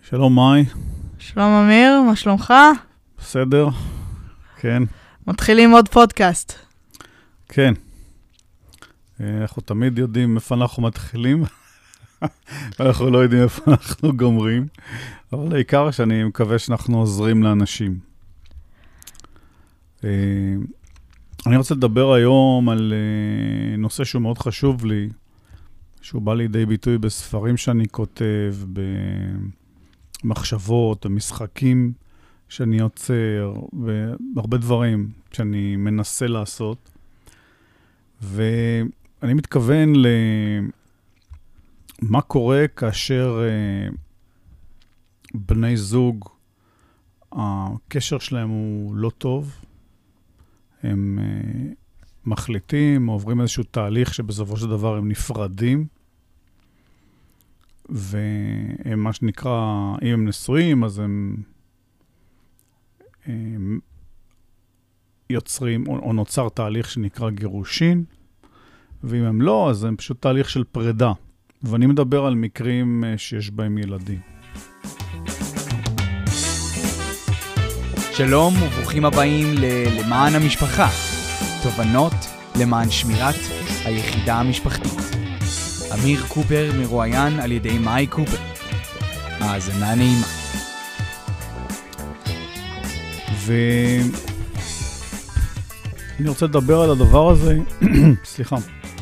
שלום מאי. שלום אמיר, מה שלומך? בסדר? כן. מתחילים עוד פודקאסט. כן. אנחנו תמיד יודעים איפה אנחנו מתחילים, אנחנו לא יודעים איפה אנחנו גומרים, אבל העיקר שאני מקווה שאנחנו עוזרים לאנשים. אני רוצה לדבר היום על נושא שהוא מאוד חשוב לי, שהוא בא לידי ביטוי בספרים שאני כותב, במחשבות, במשחקים שאני יוצר, והרבה דברים שאני מנסה לעשות. ואני מתכוון למה קורה כאשר בני זוג, הקשר שלהם הוא לא טוב, הם מחליטים, עוברים איזשהו תהליך שבסופו של דבר הם נפרדים, והם מה שנקרא, אם הם נשואים, אז הם יוצרים, או נוצר תהליך שנקרא גירושין, ואם הם לא, אז זה פשוט תהליך של פרידה. ואני מדבר על מקרים שיש בהם ילדים. שלום וברוכים הבאים למען המשפחה. תובנות למען שמירת היחידה המשפחתית. אמיר קופר מרואיין על ידי מאי קופר. האזנה נעימה. אני רוצה לדבר על הדבר הזה, סליחה,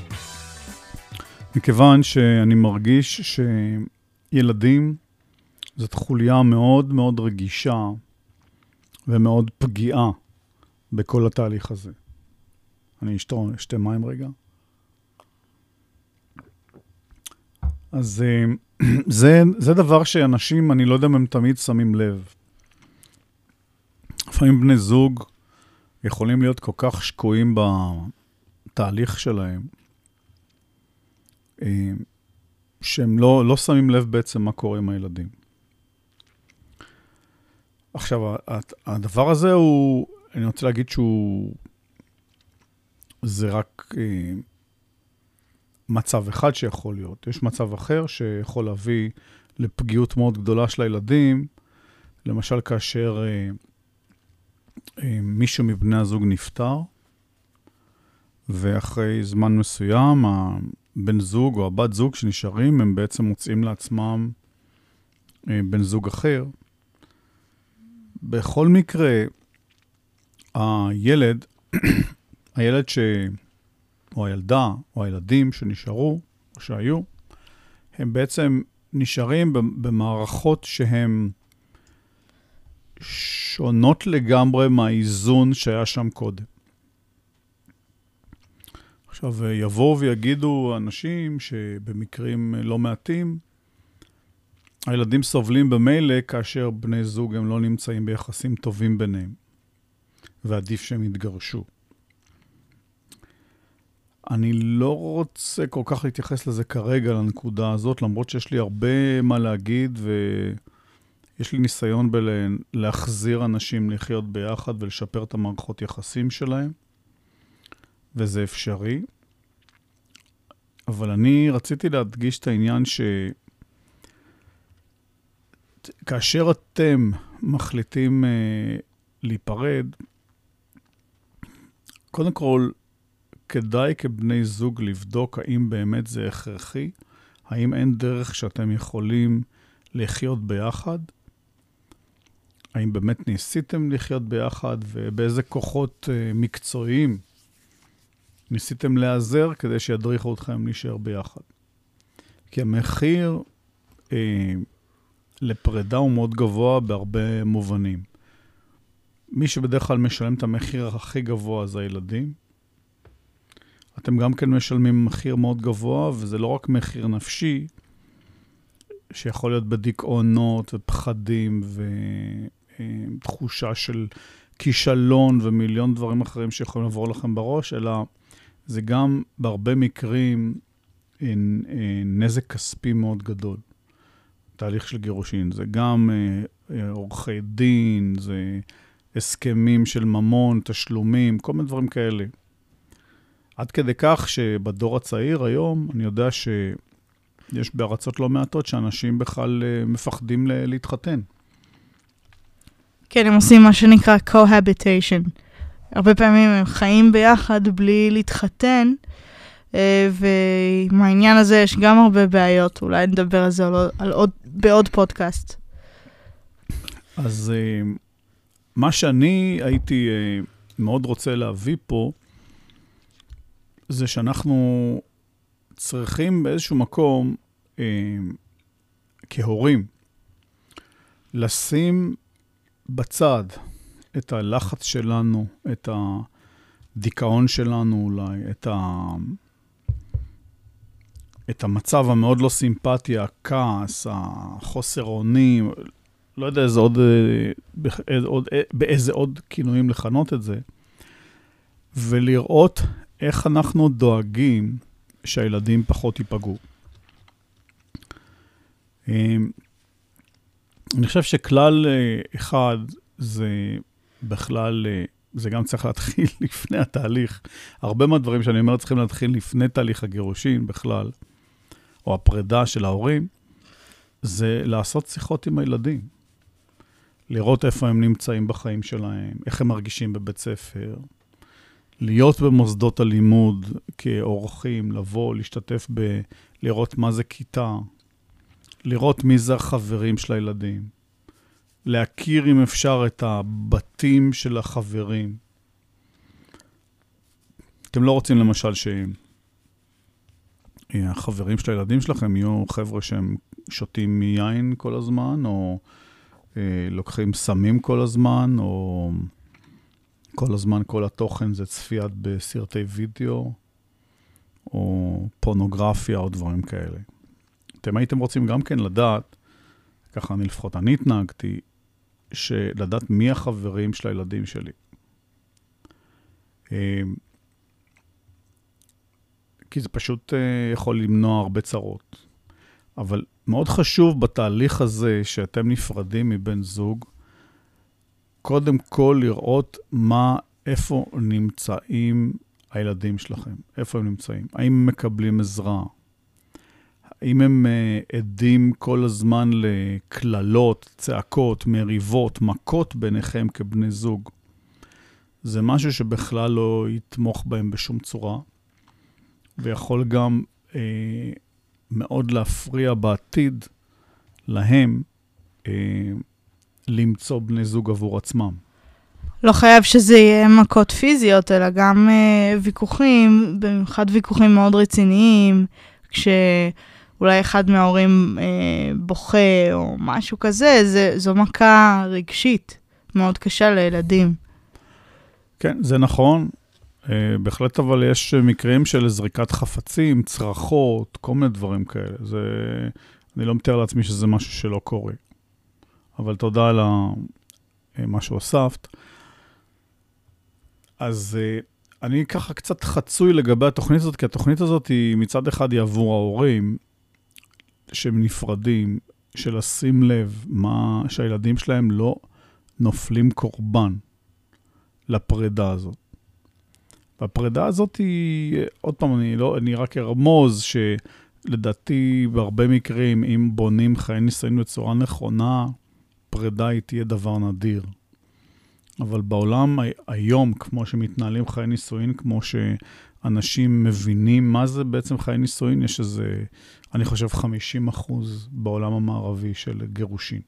מכיוון שאני מרגיש שילדים זאת חוליה מאוד מאוד רגישה ומאוד פגיעה בכל התהליך הזה. אני אשתה מים רגע. אז זה דבר שאנשים, אני לא יודע אם הם תמיד שמים לב. לפעמים בני זוג יכולים להיות כל כך שקועים בתהליך שלהם, שהם לא שמים לב בעצם מה קורה עם הילדים. עכשיו, הדבר הזה הוא, אני רוצה להגיד זה רק מצב אחד שיכול להיות. יש מצב אחר שיכול להביא לפגיעות מאוד גדולה של הילדים, למשל כאשר מישהו מבני הזוג נפטר, ואחרי זמן מסוים, הבן זוג או הבת זוג שנשארים, הם בעצם מוצאים לעצמם בן זוג אחר. בכל מקרה, הילד או הילדה או הילדים שנשארו או שהיו, הם בעצם נשארים במערכות שהן שונות לגמרי מהאיזון שהיה שם קודם. עכשיו, יבואו ויגידו אנשים שבמקרים לא מעטים, הילדים סובלים במילא כאשר בני זוג הם לא נמצאים ביחסים טובים ביניהם, ועדיף שהם יתגרשו. אני לא רוצה כל כך להתייחס לזה כרגע, לנקודה הזאת, למרות שיש לי הרבה מה להגיד, יש לי ניסיון להחזיר אנשים לחיות ביחד ולשפר את המערכות יחסים שלהם, וזה אפשרי. אבל אני רציתי להדגיש את העניין כאשר אתם מחליטים להיפרד, קודם כל, כדאי כבני זוג לבדוק האם באמת זה הכרחי, האם אין דרך שאתם יכולים לחיות ביחד, האם באמת ניסיתם לחיות ביחד, ובאיזה כוחות מקצועיים ניסיתם להיעזר כדי שידריכו אתכם להישאר ביחד. כי המחיר לפרידה הוא מאוד גבוה בהרבה מובנים. מי שבדרך כלל משלם את המחיר הכי גבוה זה הילדים. אתם גם כן משלמים מחיר מאוד גבוה, וזה לא רק מחיר נפשי, שיכול להיות בדיכאונות ופחדים ותחושה של כישלון ומיליון דברים אחרים שיכולים לעבור לכם בראש, אלא זה גם בהרבה מקרים נזק כספי מאוד גדול. תהליך של גירושין. זה גם עורכי דין, זה הסכמים של ממון, תשלומים, כל מיני דברים כאלה. עד כדי כך שבדור הצעיר היום, אני יודע יש בארצות לא מעטות שאנשים בכלל מפחדים להתחתן. כן, הם עושים מה שנקרא cohabitation. הרבה פעמים הם חיים ביחד בלי להתחתן, ועם העניין הזה יש גם הרבה בעיות. אולי נדבר על זה בעוד פודקאסט. אז מה שאני הייתי מאוד רוצה להביא פה, זה שאנחנו צריכים באיזשהו מקום, כהורים, לשים בצד את הלחץ שלנו, את הדיכאון שלנו אולי, את המצב המאוד לא סימפטי, הכעס, החוסר אונים, לא יודע באיזה עוד כינויים לכנות את זה, ולראות איך אנחנו דואגים שהילדים פחות ייפגעו. אני חושב שכלל אחד זה בכלל, זה גם צריך להתחיל לפני התהליך. הרבה מהדברים שאני אומר צריכים להתחיל לפני תהליך הגירושין בכלל, או הפרידה של ההורים, זה לעשות שיחות עם הילדים. לראות איפה הם נמצאים בחיים שלהם, איך הם מרגישים בבית ספר, להיות במוסדות הלימוד כאורחים, לבוא, להשתתף לראות מה זה כיתה, לראות מי זה החברים של הילדים, להכיר אם אפשר את הבתים של החברים. אתם לא רוצים למשל שהחברים של הילדים שלכם יהיו חבר'ה שהם שותים מיין כל הזמן, או לוקחים סמים כל הזמן, או כל הזמן כל התוכן זה צפיית בסרטי וידאו, או פורנוגרפיה, או דברים כאלה. אתם הייתם רוצים גם כן לדעת, ככה אני התנהגתי, לדעת מי החברים של הילדים שלי. כי זה פשוט יכול למנוע הרבה צרות. אבל מאוד חשוב בתהליך הזה שאתם נפרדים מבן זוג, קודם כל לראות איפה נמצאים הילדים שלכם, איפה הם נמצאים, האם הם מקבלים עזרה, האם הם עדים כל הזמן לכללות, צעקות, מריבות, מכות ביניכם כבני זוג. זה משהו שבכלל לא יתמוך בהם בשום צורה, ויכול גם מאוד להפריע בעתיד להם למצוא בני זוג עבור עצמם. לא חייב שזה יהיה מכות פיזיות, אלא גם ויכוחים, במיוחד ויכוחים מאוד רציניים, כשאולי אחד מההורים בוכה או משהו כזה, זו מכה רגשית מאוד קשה לילדים. כן, זה נכון. בהחלט אבל יש מקרים של זריקת חפצים, צרחות, כל מיני דברים כאלה. אני לא מתאר לעצמי שזה משהו שלא קורה. אבל תודה על מה שהוספת. אז אני ככה קצת חצוי לגבי התוכנית הזאת, כי התוכנית הזאת היא מצד אחד היא עבור ההורים שהם נפרדים, של לשים לב שהילדים שלהם לא נופלים קורבן לפרידה הזאת. והפרידה הזאת היא, עוד פעם, אני רק ארמוז שלדעתי בהרבה מקרים, אם בונים חיי נישואים בצורה נכונה, פרידה היא תהיה דבר נדיר. אבל בעולם היום, כמו שמתנהלים חיי נישואין, כמו שאנשים מבינים מה זה בעצם חיי נישואין, יש איזה, אני חושב 50% בעולם המערבי של גירושין.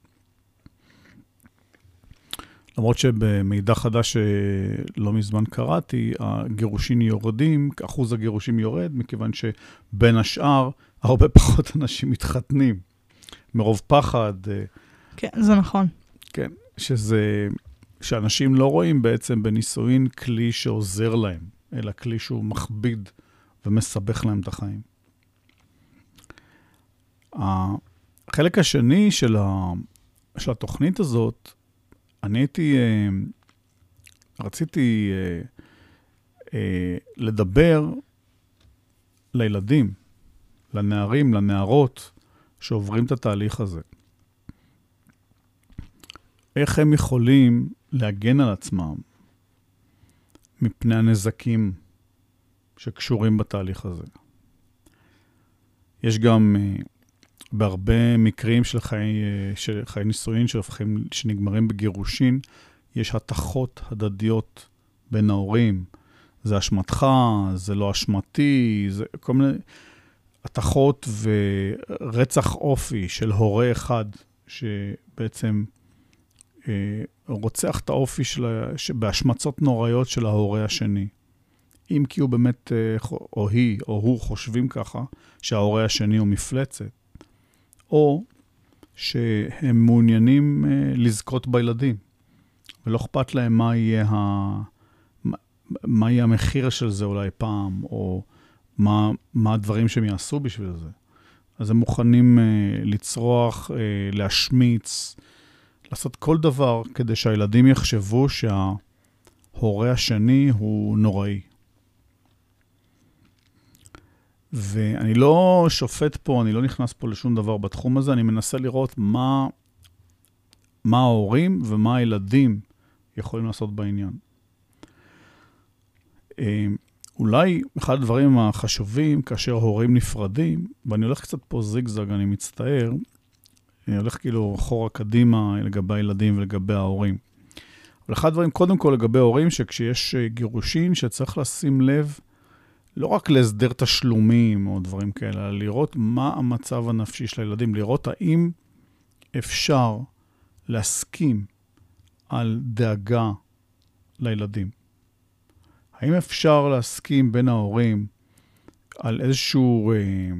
למרות שבמידע חדש שלא מזמן קראתי, הגירושין יורדים, אחוז הגירושים יורד, מכיוון שבין השאר הרבה פחות אנשים מתחתנים. מרוב פחד. כן, זה נכון. כן, שאנשים לא רואים בעצם בנישואין כלי שעוזר להם, אלא כלי שהוא מכביד ומסבך להם את החיים. החלק השני של התוכנית הזאת, אני רציתי לדבר לילדים, לנערים, לנערות שעוברים את התהליך הזה. איך הם יכולים להגן על עצמם מפני הנזקים שקשורים בתהליך הזה. יש גם בהרבה מקרים של חיי נישואין שנגמרים בגירושין, יש התחות הדדיות בין ההורים. זה אשמתך, זה לא אשמתי, זה כל מיני התחות ורצח אופי של הורה אחד, שבעצם רוצח את האופי בהשמצות נוראיות של ההורה השני. אם כי הוא באמת, או היא, או הוא חושבים ככה, שההורה השני הוא מפלצת. או שהם מעוניינים לזכות בילדים, ולא אכפת להם מה יהיה המחיר של זה אולי פעם, או מה הדברים שהם יעשו בשביל זה. אז הם מוכנים לצרוח, להשמיץ, לעשות כל דבר כדי שהילדים יחשבו שההורה השני הוא נוראי. ואני לא שופט פה, אני לא נכנס פה לשום דבר בתחום הזה, אני מנסה לראות מה ההורים ומה הילדים יכולים לעשות בעניין. אולי אחד הדברים החשובים כאשר הורים נפרדים, ואני הולך קצת פה זיגזג, אני מצטער, אני הולך כאילו אחורה קדימה לגבי הילדים ולגבי ההורים. אבל אחד הדברים קודם כל לגבי ההורים, שכשיש גירושין שצריך לשים לב, לא רק להסדר תשלומים או דברים כאלה, אלא לראות מה המצב הנפשי של הילדים, לראות האם אפשר להסכים על דאגה לילדים. האם אפשר להסכים בין ההורים על איזשהו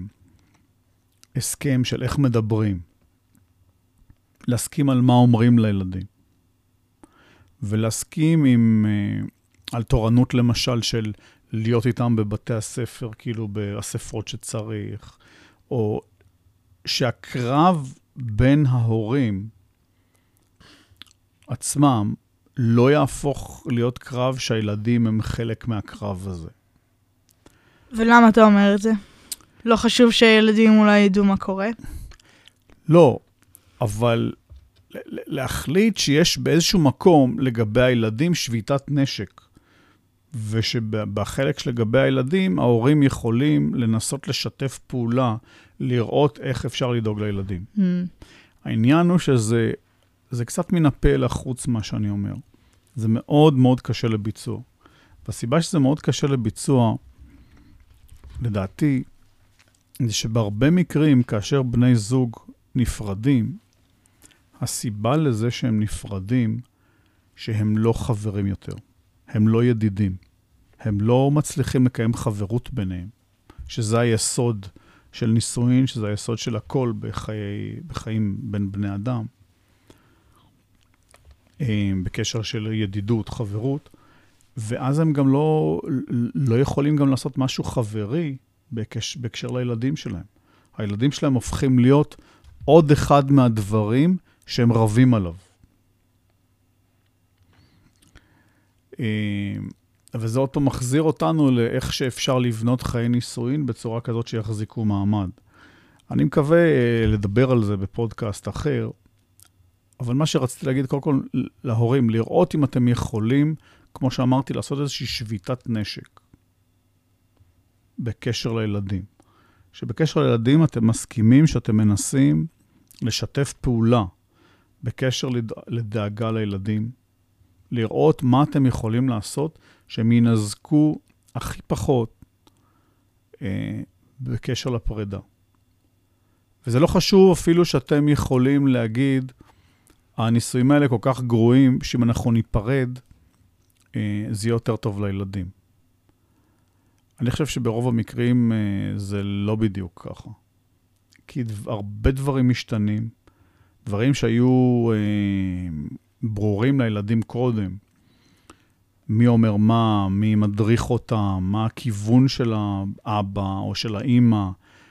הסכם של איך מדברים, להסכים על מה אומרים לילדים, ולהסכים על תורנות למשל של להיות איתם בבתי הספר, כאילו בספרות שצריך, או שהקרב בין ההורים עצמם לא יהפוך להיות קרב שהילדים הם חלק מהקרב הזה. ולמה אתה אומר את זה? לא חשוב שהילדים אולי ידעו מה קורה? לא, אבל להחליט שיש באיזשהו מקום לגבי הילדים שביתת נשק, ושבחלק שלגבי הילדים, ההורים יכולים לנסות לשתף פעולה, לראות איך אפשר לדאוג לילדים. העניין הוא שזה קצת מן הפה לחוץ מה שאני אומר. זה מאוד מאוד קשה לביצוע. והסיבה שזה מאוד קשה לביצוע, לדעתי, זה שבהרבה מקרים, כאשר בני זוג נפרדים, הסיבה לזה שהם נפרדים, שהם לא חברים יותר. הם לא ידידים. הם לא מצליחים לקיים חברות ביניהם. שזה היסוד של נישואין, שזה היסוד של הכל בחיים בין בני אדם. בקשר של ידידות, חברות. ואז הם גם לא יכולים גם לעשות משהו חברי בקשר לילדים שלהם. הילדים שלהם הופכים להיות עוד אחד מהדברים שהם רבים עליו. וזה עוד פעם מחזיר אותנו לאיך שאפשר לבנות חיי נישואין בצורה כזאת שיחזיקו מעמד. אני מקווה לדבר על זה בפודקאסט אחר, אבל מה שרציתי להגיד קודם כל להורים, לראות אם אתם יכולים, כמו שאמרתי, לעשות איזושהי שביתת נשק בקשר לילדים. שבקשר לילדים אתם מסכימים שאתם מנסים לשתף פעולה בקשר לדאגה לילדים, לראות מה אתם יכולים לעשות שהם ינזקו הכי פחות בקשר לפרידה. וזה לא חשוב אפילו שאתם יכולים להגיד, הניסויים האלה כל כך גרועים, שאם אנחנו ניפרד, זה יהיה יותר טוב לילדים. אני חושב שברוב המקרים זה לא בדיוק ככה. כי הרבה דברים משתנים, דברים שהיו ברורים לילדים קודם. מי אומר מה, מי מדריך אותם, מה הכיוון של האבא או של האמא,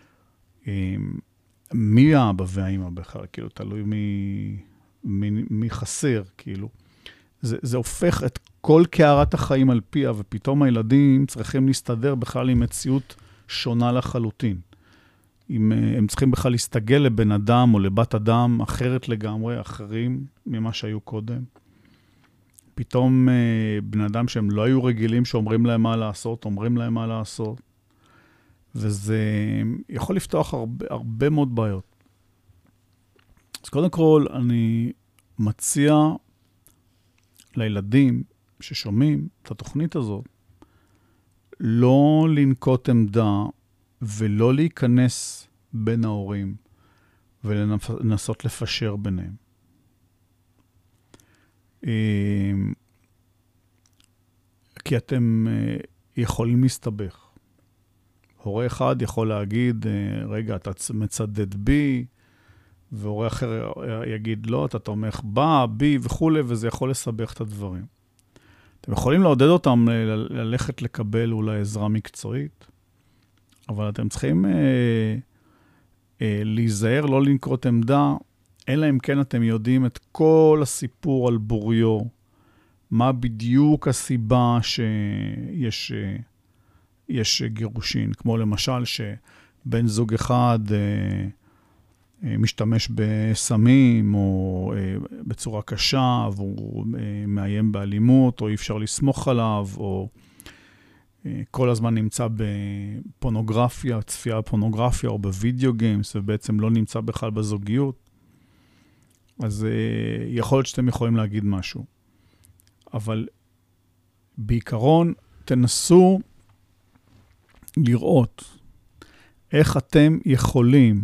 מי האבא והאמא בכלל, כאילו תלוי מי חסר, כאילו. זה הופך את כל קערת החיים על פיה, ופתאום הילדים צריכים להסתדר בכלל עם מציאות שונה לחלוטין. הם צריכים בכלל להסתגל לבן אדם או לבת אדם אחרת לגמרי, אחרים ממה שהיו קודם. פתאום בן אדם שהם לא היו רגילים שאומרים להם מה לעשות, אומרים להם מה לעשות. וזה יכול לפתוח הרבה מאוד בעיות. קודם כל, אני מציע לילדים ששומעים את התוכנית הזאת, לא לנקוט עמדה ולא להיכנס בין ההורים ולנסות לפשר ביניהם. כי אתם יכולים להסתבך. הורה אחד יכול להגיד, רגע, אתה מצדד בי, והורה אחר יגיד, לא, אתה תומך בי וכו', וזה יכול לסבך את הדברים. אתם יכולים לעודד אותם ללכת לקבל אולי עזרה מקצועית, אבל אתם צריכים להיזהר, לא לנקוט עמדה, אלא אם כן אתם יודעים את כל הסיפור על בוריו, מה בדיוק הסיבה שיש גירושין, כמו למשל שבן זוג אחד משתמש בסמים או בצורה קשה, והוא מאיים באלימות, או אי אפשר לסמוך עליו, או כל הזמן נמצא בפורנוגרפיה, צפייה בפורנוגרפיה, או בווידאו גיימס, ובעצם לא נמצא בכלל בזוגיות. אז יכול להיות שאתם יכולים להגיד משהו. אבל בעיקרון תנסו לראות איך אתם יכולים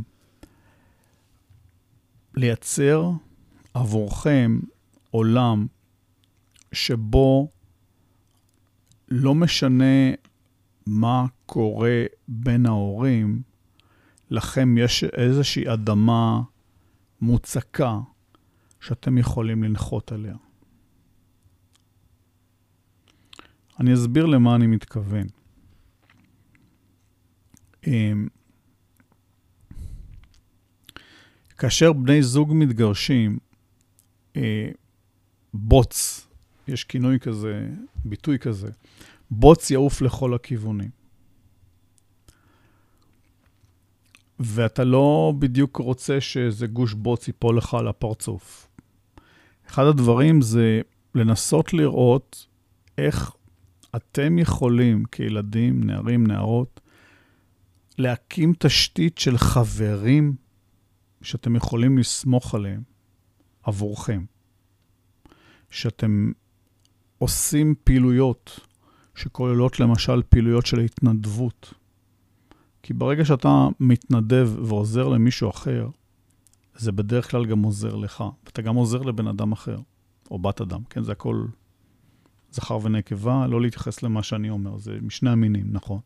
לייצר עבורכם עולם שבו לא משנה מה קורה בין ההורים, לכם יש איזושהי אדמה מוצקה שאתם יכולים לנחות עליה. אני אסביר למה אני מתכוון. כאשר בני זוג מתגרשים, בוץ, יש כינוי כזה, ביטוי כזה, בוץ יעוף לכל הכיוונים. ואתה לא בדיוק רוצה שזה גוש בוץ ייפול לך על הפרצוף. אחד הדברים זה לנסות לראות איך אתם יכולים כילדים, נערים, נערות, להקים תשתית של חברים שאתם יכולים לסמוך עליהם עבורכם. שאתם עושים פעילויות שכוללות למשל פעילויות של התנדבות. כי ברגע שאתה מתנדב ועוזר למישהו אחר, זה בדרך כלל גם עוזר לך. ואתה גם עוזר לבן אדם אחר, או בת אדם. כן, זה הכל זכר ונקבה, לא להתייחס למה שאני אומר. זה משני המינים, נכון.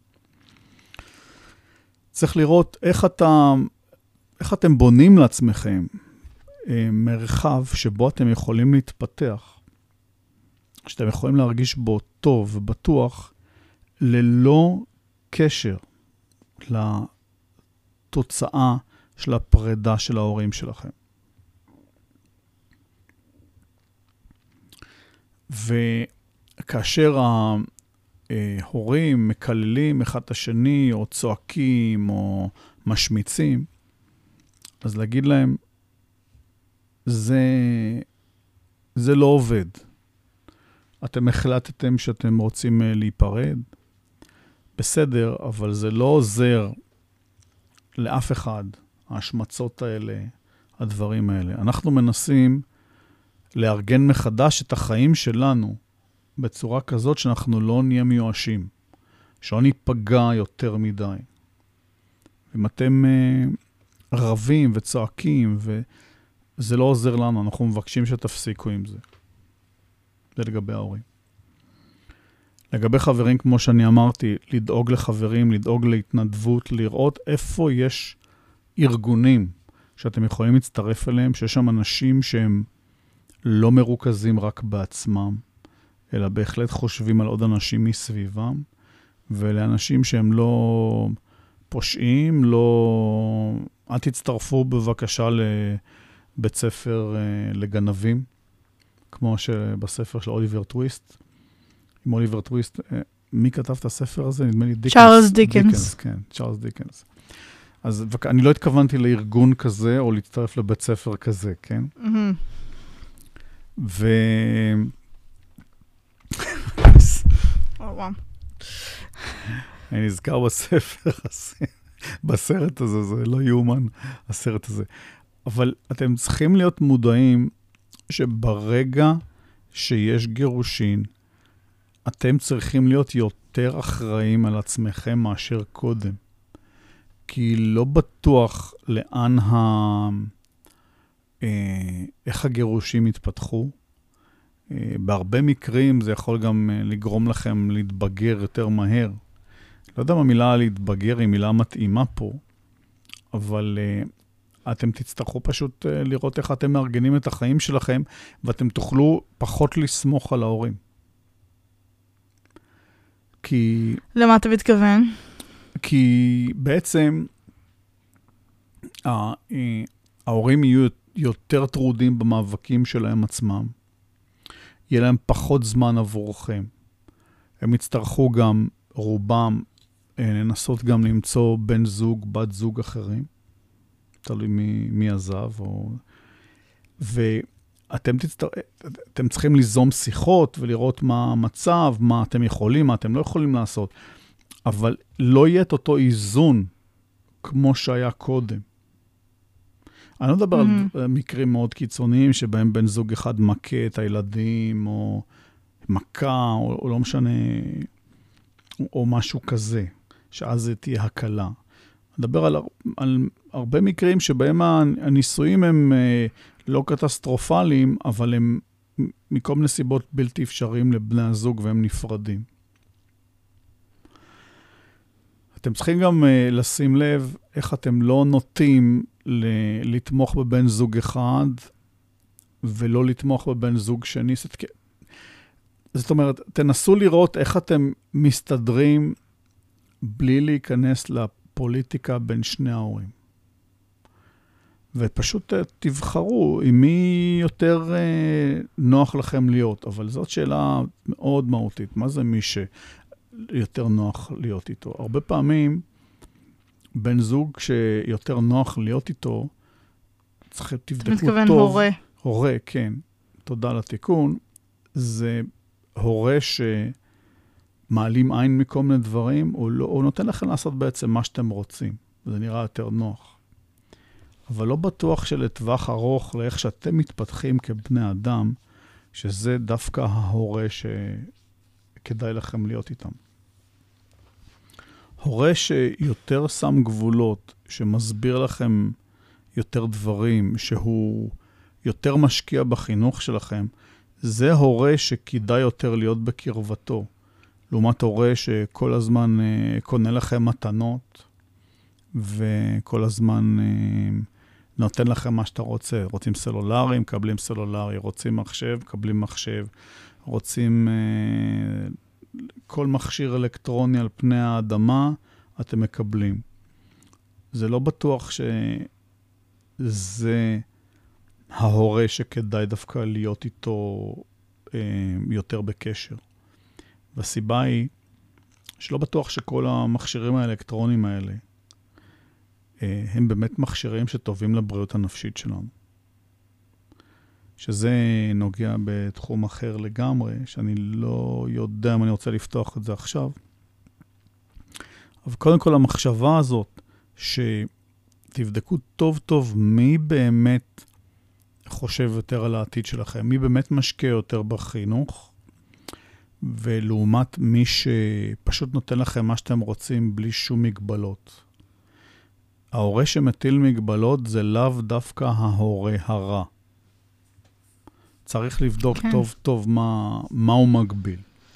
צריך לראות איך אתם בונים לעצמכם מרחב שבו אתם יכולים להתפתח, שאתם יכולים להרגיש בו טוב ובטוח, ללא קשר לתוצאה של הפרידה של ההורים שלכם. וכאשר ההורים מקללים אחד את השני, או צועקים, או משמיצים, אז להגיד להם, זה לא עובד. אתם החלטתם שאתם רוצים להיפרד, בסדר, אבל זה לא עוזר לאף אחד, ההשמצות האלה, הדברים האלה. אנחנו מנסים לארגן מחדש את החיים שלנו, בצורה כזאת שאנחנו לא נהיה מיואשים, שלא ניפגע יותר מדי. אם אתם רבים וצועקים, וזה לא עוזר לנו, אנחנו מבקשים שתפסיקו עם זה. זה לגבי ההורים. לגבי חברים, כמו שאני אמרתי, לדאוג לחברים, לדאוג להתנדבות, לראות איפה יש ארגונים שאתם יכולים להצטרף אליהם, שיש שם אנשים שהם לא מרוכזים רק בעצמם, אלא בהחלט חושבים על עוד אנשים מסביבם, ולאנשים שהם לא פושעים, אל תצטרפו בבקשה לבית ספר לגנבים, כמו שבספר של אוליבר טוויסט. עם אוליבר טוויסט, מי כתב את הספר הזה? נדמה לי דיקנס. צ'ארלס דיקנס. כן, צ'ארלס דיקנס. אז אני לא התכוונתי לארגון כזה, או להצטרף לבית ספר כזה, כן? אני נזכר בספר הזה, בסרט הזה, זה לא יאומן, הסרט הזה. אבל אתם צריכים להיות מודעים שברגע שיש גירושין, אתם צריכים להיות יותר אחראים על עצמכם מאשר קודם. כי לא בטוח לאן איך הגירושים יתפתחו. בהרבה מקרים זה יכול גם לגרום לכם להתבגר יותר מהר. לא יודע אם המילה להתבגר היא מילה מתאימה פה, אבל אתם תצטרכו פשוט לראות איך אתם מארגנים את החיים שלכם, ואתם תוכלו פחות לסמוך על ההורים. כי... למה אתה מתכוון? כי בעצם ההורים יהיו יותר טרודים במאבקים שלהם עצמם. יהיה להם פחות זמן עבורכם. הם יצטרכו גם, רובם, לנסות גם למצוא בן זוג, בת זוג אחרים. תלוי מי עזב. ואתם צריכים ליזום שיחות ולראות מה המצב, מה אתם יכולים, מה אתם לא יכולים לעשות. אבל לא יהיה את אותו איזון כמו שהיה קודם. אני לא מדבר על מקרים מאוד קיצוניים שבהם בן זוג אחד מכה את הילדים, או מכה, או לא משנה, או משהו כזה, שאז זה תהיה הקלה. אני מדבר על הרבה מקרים שבהם הניסויים הם לא קטסטרופליים, אבל הם מכל מיני סיבות בלתי אפשריים לבני הזוג והם נפרדים. אתם צריכים גם לשים לב איך אתם לא נוטים לתמוך בבן זוג אחד, ולא לתמוך בבן זוג שני. זאת אומרת, תנסו לראות איך אתם מסתדרים בלי להיכנס לפוליטיקה בין שני ההורים. ופשוט תבחרו עם מי יותר נוח לכם להיות. אבל זאת שאלה מאוד מהותית. מה זה מי שיותר נוח להיות איתו? הרבה פעמים בן זוג שיותר נוח להיות איתו, תבדקו טוב. אתה מתכוון הורה. הורה, כן. תודה לתיקון. זה הורה שמעלים עין מכל מיני דברים, הוא נותן לכם לעשות בעצם מה שאתם רוצים. זה נראה יותר נוח. אבל לא בטוח שלטווח ארוך, לאיך שאתם מתפתחים כבני אדם, שזה דווקא ההורה שכדאי לכם להיות איתם. הורה שיותר שם גבולות, שמסביר לכם יותר דברים, שהוא יותר משקיע בחינוך שלכם, זה הורה שכדאי יותר להיות בקרבתו. לעומת הורה שכל הזמן קונה לכם מתנות, וכל הזמן נותן לכם מה שאתה רוצה. רוצים סלולרי, מקבלים סלולרי, רוצים מחשב, מקבלים מחשב, רוצים כל מכשיר אלקטרוני על פני האדמה, אתם מקבלים. זה לא בטוח שזה ההורה שכדאי דווקא להיות איתו יותר בקשר. והסיבה היא שלא בטוח שכל המכשירים האלקטרונים האלה הם באמת מכשירים שטובים לבריאות הנפשית שלנו. שזה נוגע בתחום אחר לגמרי, שאני לא יודע אם אני רוצה לפתוח את זה עכשיו. אבל קודם כל המחשבה הזאת, שתבדקו טוב טוב מי באמת חושב יותר על העתיד שלכם, מי באמת משקיע יותר בחינוך, ולעומת מי שפשוט נותן לכם מה שאתם רוצים בלי שום מגבלות. ההורה שמטיל מגבלות זה לאו דווקא ההורה הרע. צריך לבדוק טוב טוב מה הוא מגביל.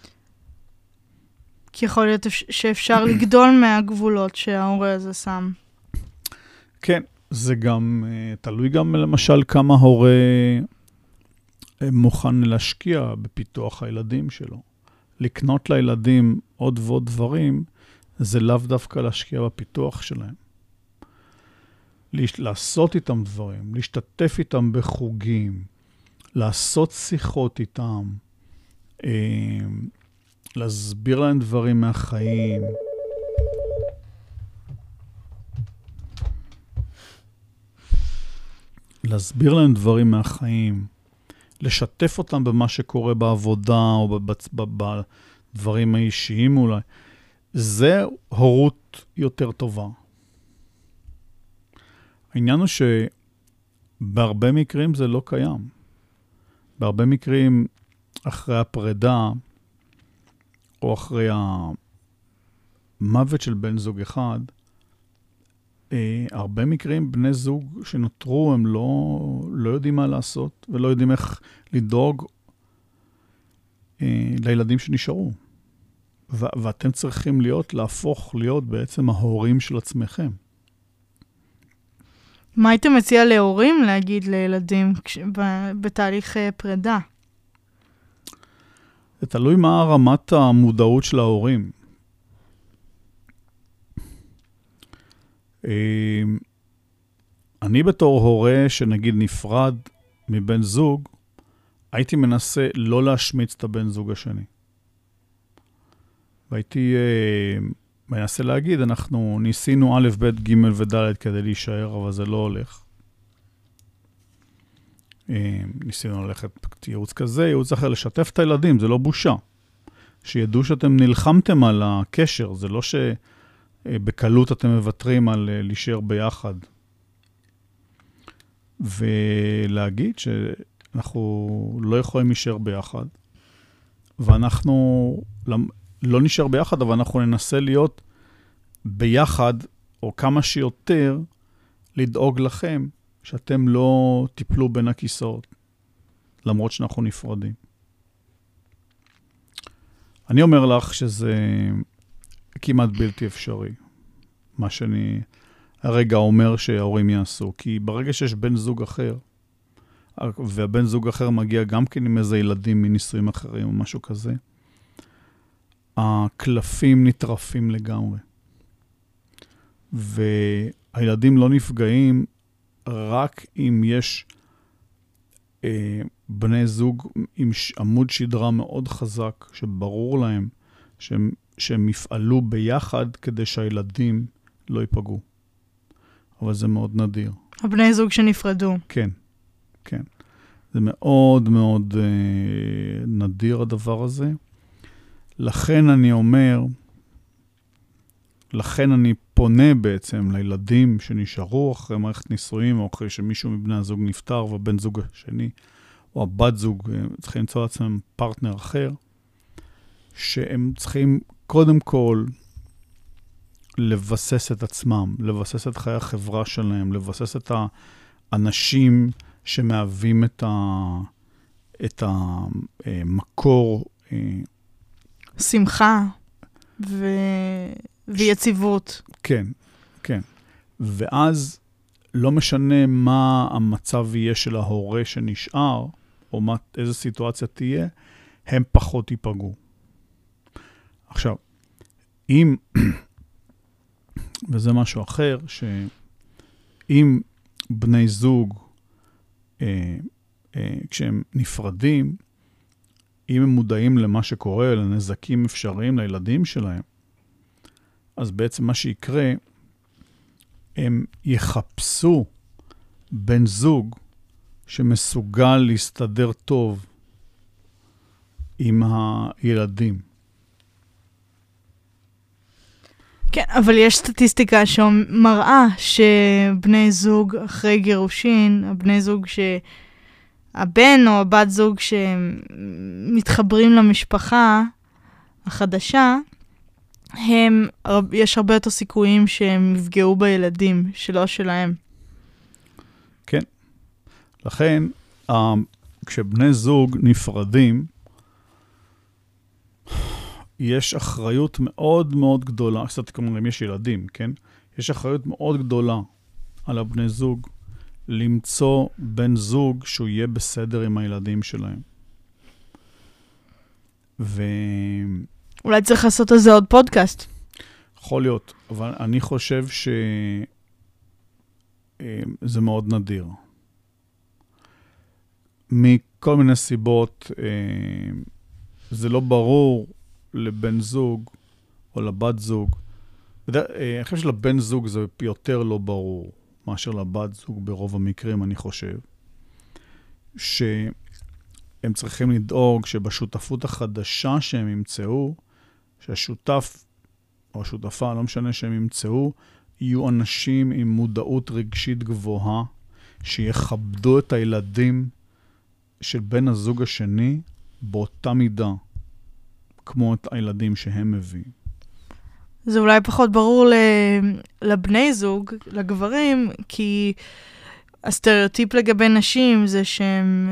כי יכול להיות שאפשר לגדול מהגבולות שההורה הזה שם. כן, זה גם תלוי גם למשל כמה הורה מוכן להשקיע בפיתוח הילדים שלו. לקנות לילדים עוד ועוד דברים, זה לאו דווקא להשקיע בפיתוח שלהם. לעשות איתם דברים, להשתתף איתם בחוגים, לעשות שיחות איתם, להסביר להם דברים מהחיים. להסביר להם דברים מהחיים, לשתף אותם במה שקורה בעבודה או בדברים האישיים אולי. זה הורות יותר טובה. העניין הוא בהרבה מקרים זה לא קיים. בהרבה מקרים, אחרי הפרידה, או אחרי המוות של בן זוג אחד, הרבה מקרים בני זוג שנותרו, הם לא יודעים מה לעשות, ולא יודעים איך לדאוג לילדים שנשארו. ואתם צריכים להפוך להיות בעצם ההורים של עצמכם. מה היית מציע להורים להגיד לילדים בתהליך פרידה? זה תלוי מה רמת המודעות של ההורים. אני בתור הורה שנגיד נפרד מבן זוג, הייתי מנסה לא להשמיץ את הבן זוג השני. והייתי מנסה להגיד, אנחנו ניסינו א', ב', ג' וד' כדי להישאר, אבל זה לא הולך. ניסינו ללכת ייעוץ כזה, ייעוץ אחר, לשתף את הילדים, זה לא בושה. שידעו שאתם נלחמתם על הקשר, זה לא שבקלות אתם מוותרים על להישאר ביחד. ולהגיד שאנחנו לא יכולים להישאר ביחד, ואנחנו לא נשאר ביחד, אבל אנחנו ננסה להיות ביחד, או כמה שיותר, לדאוג לכם, שאתם לא תיפלו בין הכיסאות, למרות שאנחנו נפרדים. אני אומר לך שזה כמעט בלתי אפשרי, מה שאני הרגע אומר שההורים יעשו, כי ברגע שיש בן זוג אחר, והבן זוג אחר מגיע גם כן עם איזה ילדים מנישואים אחרים או משהו כזה, הקלפים נטרפים לגמרי. והילדים לא נפגעים רק אם יש בני זוג עם עמוד שדרה מאוד חזק, שברור להם שהם יפעלו ביחד כדי שהילדים לא ייפגעו. אבל זה מאוד נדיר. הבני זוג שנפרדו. כן, כן. זה מאוד מאוד נדיר הדבר הזה. לכן אני אומר, לכן אני פונה בעצם לילדים שנשארו אחרי מערכת נישואים, או אחרי שמישהו מבני הזוג נפטר, ובן זוג השני, או הבת זוג, צריכים למצוא לעצמם פרטנר אחר, שהם צריכים קודם כל לבסס את עצמם, לבסס את חיי החברה שלהם, לבסס את האנשים שמהווים את המקור. שמחה ויציבות. כן, כן. ואז לא משנה מה המצב יהיה של ההורה שנשאר, או איזו סיטואציה תהיה, הם פחות ייפגעו. עכשיו, אם, וזה משהו אחר, שאם בני זוג, כשהם נפרדים, אם הם מודעים למה שקורה, לנזקים אפשריים לילדים שלהם, אז בעצם מה שיקרה, הם יחפשו בן זוג שמסוגל להסתדר טוב עם הילדים. כן, אבל יש סטטיסטיקה שמראה שבני זוג אחרי גירושין, הבני זוג שהבן או הבת זוג שמתחברים למשפחה החדשה, יש הרבה יותר סיכויים שהם יפגעו בילדים שלא שלהם. כן. לכן, כשבני זוג נפרדים, יש אחריות מאוד מאוד גדולה, קצת כמובן, אם יש ילדים, כן? יש אחריות מאוד גדולה על הבני זוג, למצוא בן זוג שהוא יהיה בסדר עם הילדים שלהם. אולי צריך לעשות על זה עוד פודקאסט. יכול להיות, אבל אני חושב שזה מאוד נדיר. מכל מיני סיבות, זה לא ברור לבן זוג או לבת זוג. אני חושב שלבן זוג זה יותר לא ברור מאשר לבת זוג ברוב המקרים, אני חושב. שהם צריכים לדאוג שבשותפות החדשה שהם ימצאו, שהשותף או השותפה, לא משנה שהם ימצאו, יהיו אנשים עם מודעות רגשית גבוהה, שיכבדו את הילדים של בן הזוג השני באותה מידה, כמו את הילדים שהם מביאים. זה אולי פחות ברור לבני זוג, לגברים, כי הסטריאוטיפ לגבי נשים זה שהם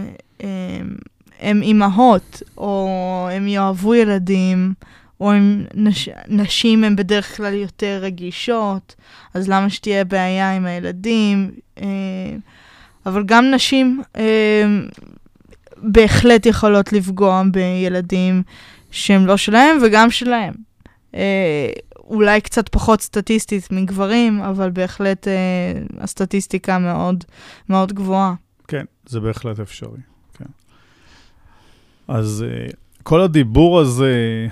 אימהות, או הם יאהבו ילדים, או נשים הן בדרך כלל יותר רגישות, אז למה שתהיה בעיה עם הילדים? אבל גם נשים בהחלט יכולות לפגוע בילדים שהם לא שלהם וגם שלהם. אולי קצת פחות סטטיסטית מגברים, אבל בהחלט הסטטיסטיקה מאוד, מאוד גבוהה. כן, זה בהחלט אפשרי. כן. אז כל הדיבור הזה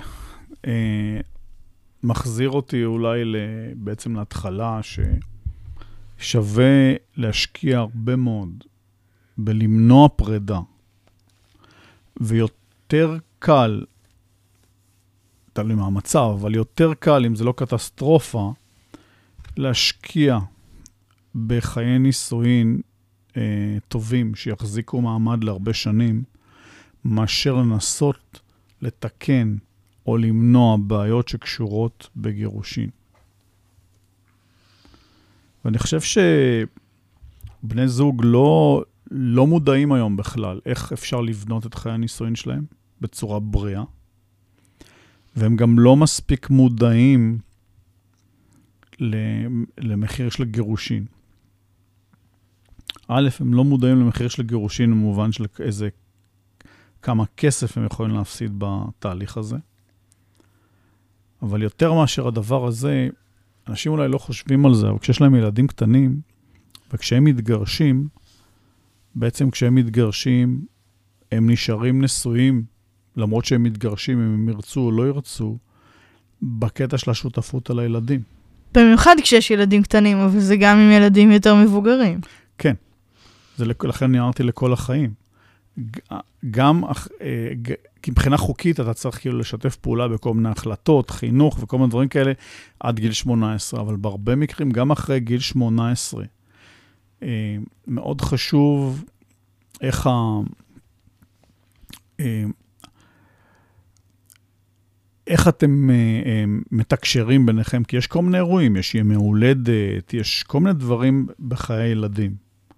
מחזיר אותי אולי בעצם להתחלה, ששווה להשקיע הרבה מאוד בלמנוע פרידה, ויותר קל, תלוי מה המצב, אבל יותר קל, אם זה לא קטסטרופה, להשקיע בחיי נישואין טובים שיחזיקו מעמד להרבה שנים, מאשר לנסות לתקן או למנוע בעיות שקשורות בגירושין. ואני חושב שבני זוג לא מודעים היום בכלל איך אפשר לבנות את חיי הנישואין שלהם בצורה בריאה, והם גם לא מספיק מודעים למחיר של גירושין. א', הם לא מודעים למחיר של גירושין במובן של כמה כסף הם יכולים להפסיד בתהליך הזה. אבל יותר מאשר הדבר הזה, אנשים אולי לא חושבים על זה, אבל כשיש להם ילדים קטנים, וכשהם מתגרשים, בעצם כשהם מתגרשים, הם נשארים נשואים, למרות שהם מתגרשים, אם הם ירצו או לא ירצו, בקטע של השותפות על הילדים. במיוחד כשיש ילדים קטנים, אבל זה גם עם ילדים יותר מבוגרים. כן. לכן נערתי לכל החיים. גם, כי מבחינה חוקית אתה צריך כאילו לשתף פעולה בכל מיני החלטות, חינוך וכל מיני דברים כאלה, עד גיל 18, אבל בהרבה מקרים, גם אחרי גיל 18, מאוד חשוב איך אתם מתקשרים ביניכם, כי יש כל מיני אירועים, יש ימי הולדת, יש כל מיני דברים בחיי ילדים.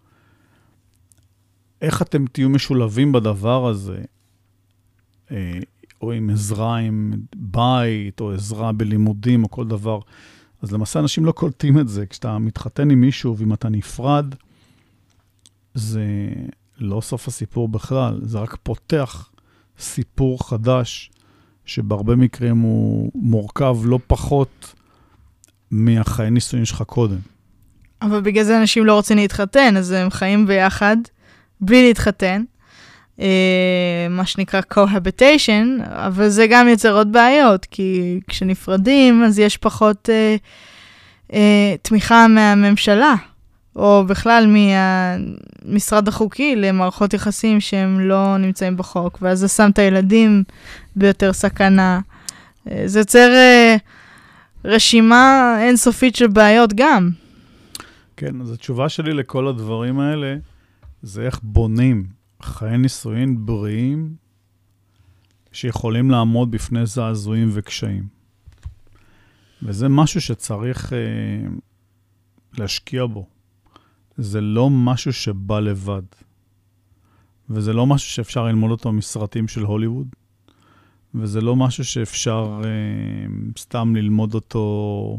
איך אתם תהיו משולבים בדבר הזה, או עם עזרה עם בית, או עזרה בלימודים, או כל דבר. אז למעשה אנשים לא קולטים את זה. כשאתה מתחתן עם מישהו, ואם אתה נפרד, זה לא סוף הסיפור בכלל. זה רק פותח סיפור חדש, שבהרבה מקרים הוא מורכב לא פחות מהחיי נישואין שלך קודם. אבל בגלל זה אנשים לא רוצים להתחתן, אז הם חיים ביחד, בלי להתחתן, מה שנקרא cohabitation, אבל זה גם יוצר עוד בעיות, כי כשנפרדים, אז יש פחות תמיכה מהממשלה, או בכלל מהמשרד החוקי למערכות יחסים שהם לא נמצאים בחוק, ואז זה שם את הילדים ביותר סכנה. זה יוצר רשימה אינסופית של בעיות גם. כן, אז התשובה שלי לכל הדברים האלה, זה איך בונים חיי נישואין בריאים, שיכולים לעמוד בפני זעזועים וקשיים. וזה משהו שצריך להשקיע בו. זה לא משהו שבא לבד. וזה לא משהו שאפשר ללמוד אותו מסרטים של הוליווד. וזה לא משהו שאפשר סתם ללמוד אותו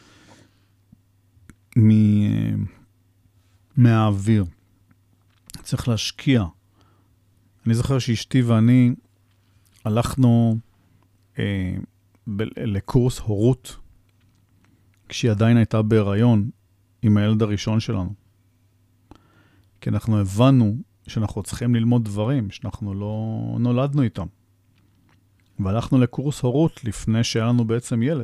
מהאוויר. צריך להשקיע. אני זוכר שאשתי ואני הלכנו לקורס הורות, כשהיא עדיין הייתה בהיריון עם הילד הראשון שלנו. כי אנחנו הבנו שאנחנו צריכים ללמוד דברים, שאנחנו לא נולדנו איתם. והלכנו לקורס הורות לפני שהיה לנו בעצם ילד.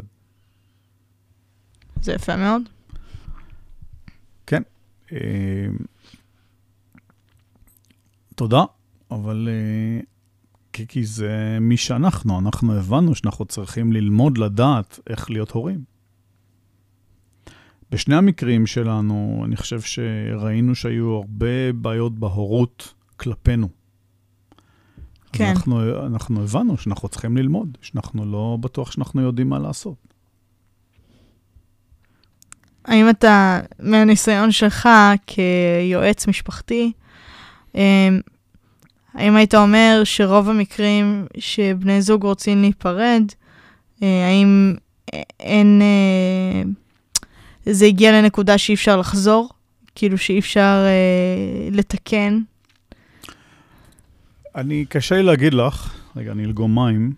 זה יפה מאוד. כן. תודה, אבל כי זה מי שאנחנו. אנחנו הבנו שאנחנו צריכים ללמוד לדעת איך להיות הורים. בשני המקרים שלנו, אני חושב שראינו שהיו הרבה בעיות בהורות כלפינו. כן. אנחנו הבנו שאנחנו צריכים ללמוד, שאנחנו לא בטוח שאנחנו יודעים מה לעשות. האם אתה, מהניסיון שלך כיועץ משפחתי, האם היית אומר שרוב המקרים שבני זוג רוצים להיפרד, האם אין, זה הגיע לנקודה שאי אפשר לחזור? כאילו שאי אפשר לתקן? קשה לי להגיד לך, רגע, אני אלגום מים.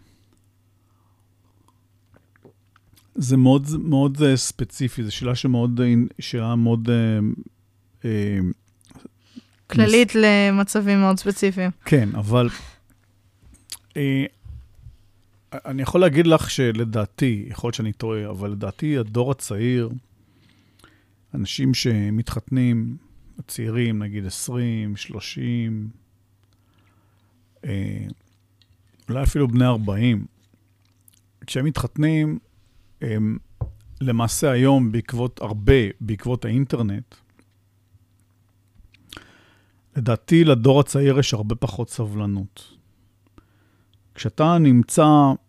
זה מאוד, מאוד ספציפי, זו שאלה מאוד כללית למצבים מאוד ספציפיים. כן, אבל אני יכול להגיד לך שלדעתי, יכול להיות שאני טועה, אבל לדעתי הדור הצעיר, אנשים שמתחתנים, הצעירים, נגיד 20, 30, אולי אפילו בני 40, כשהם מתחתנים, למעשה היום בעקבות האינטרנט, לדעתי לדור הצעיר יש הרבה פחות סבלנות. כשאתה נמצא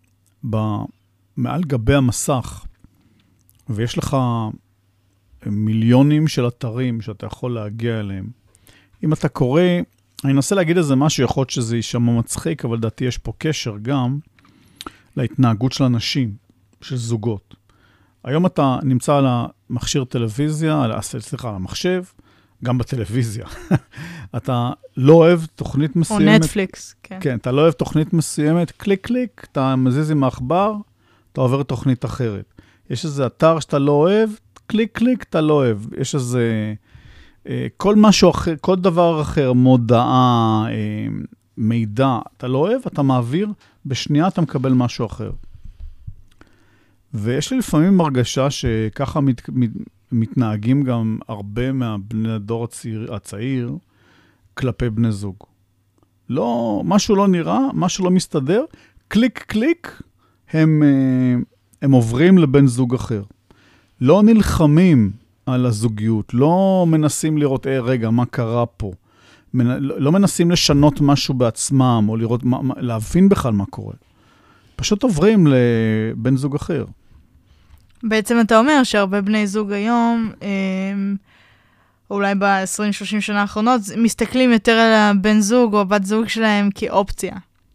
מעל גבי המסך, ויש לך מיליונים של אתרים שאתה יכול להגיע אליהם, אם אתה קורא, אני אנסה להגיד איזה משהו, יכול להיות שזה יישמע מצחיק, אבל לדעתי יש פה קשר גם להתנהגות של אנשים, של זוגות. היום אתה נמצא על המכשיר טלוויזיה, על המחשב, גם בטלוויזיה. אתה לא אוהב תוכנית מסוימת. או נטפליקס, כן. כן, אתה לא אוהב תוכנית מסוימת, קליק קליק, אתה מזיז עם האחבר, אתה עובר תוכנית אחרת. יש איזה אתר שאתה לא אוהב, קליק קליק, אתה לא אוהב. יש איזה, כל משהו אחר, כל דבר אחר, מודעה, מידע, אתה לא אוהב, אתה מעביר, בשנייה אתה מקבל משהו אחר. ויש לי לפעמים הרגשה שככה מתנהגים גם הרבה מהבני הדור הצעיר כלפי בני זוג. לא, משהו לא נראה, משהו לא מסתדר, קליק קליק, הם עוברים לבן זוג אחר. לא נלחמים על הזוגיות, לא מנסים לראות, רגע, מה קרה פה? לא מנסים לשנות משהו בעצמם, או לראות, להבין בכלל מה קורה. פשוט עוברים לבן זוג אחר. בעצם אתה אומר שהרבה בני זוג היום, אולי ב-20-30 שנה האחרונות, מסתכלים יותר על הבן זוג או הבת זוג שלהם כאופציה.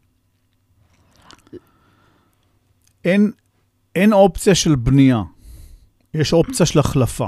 אין אופציה של בנייה. יש אופציה של החלפה.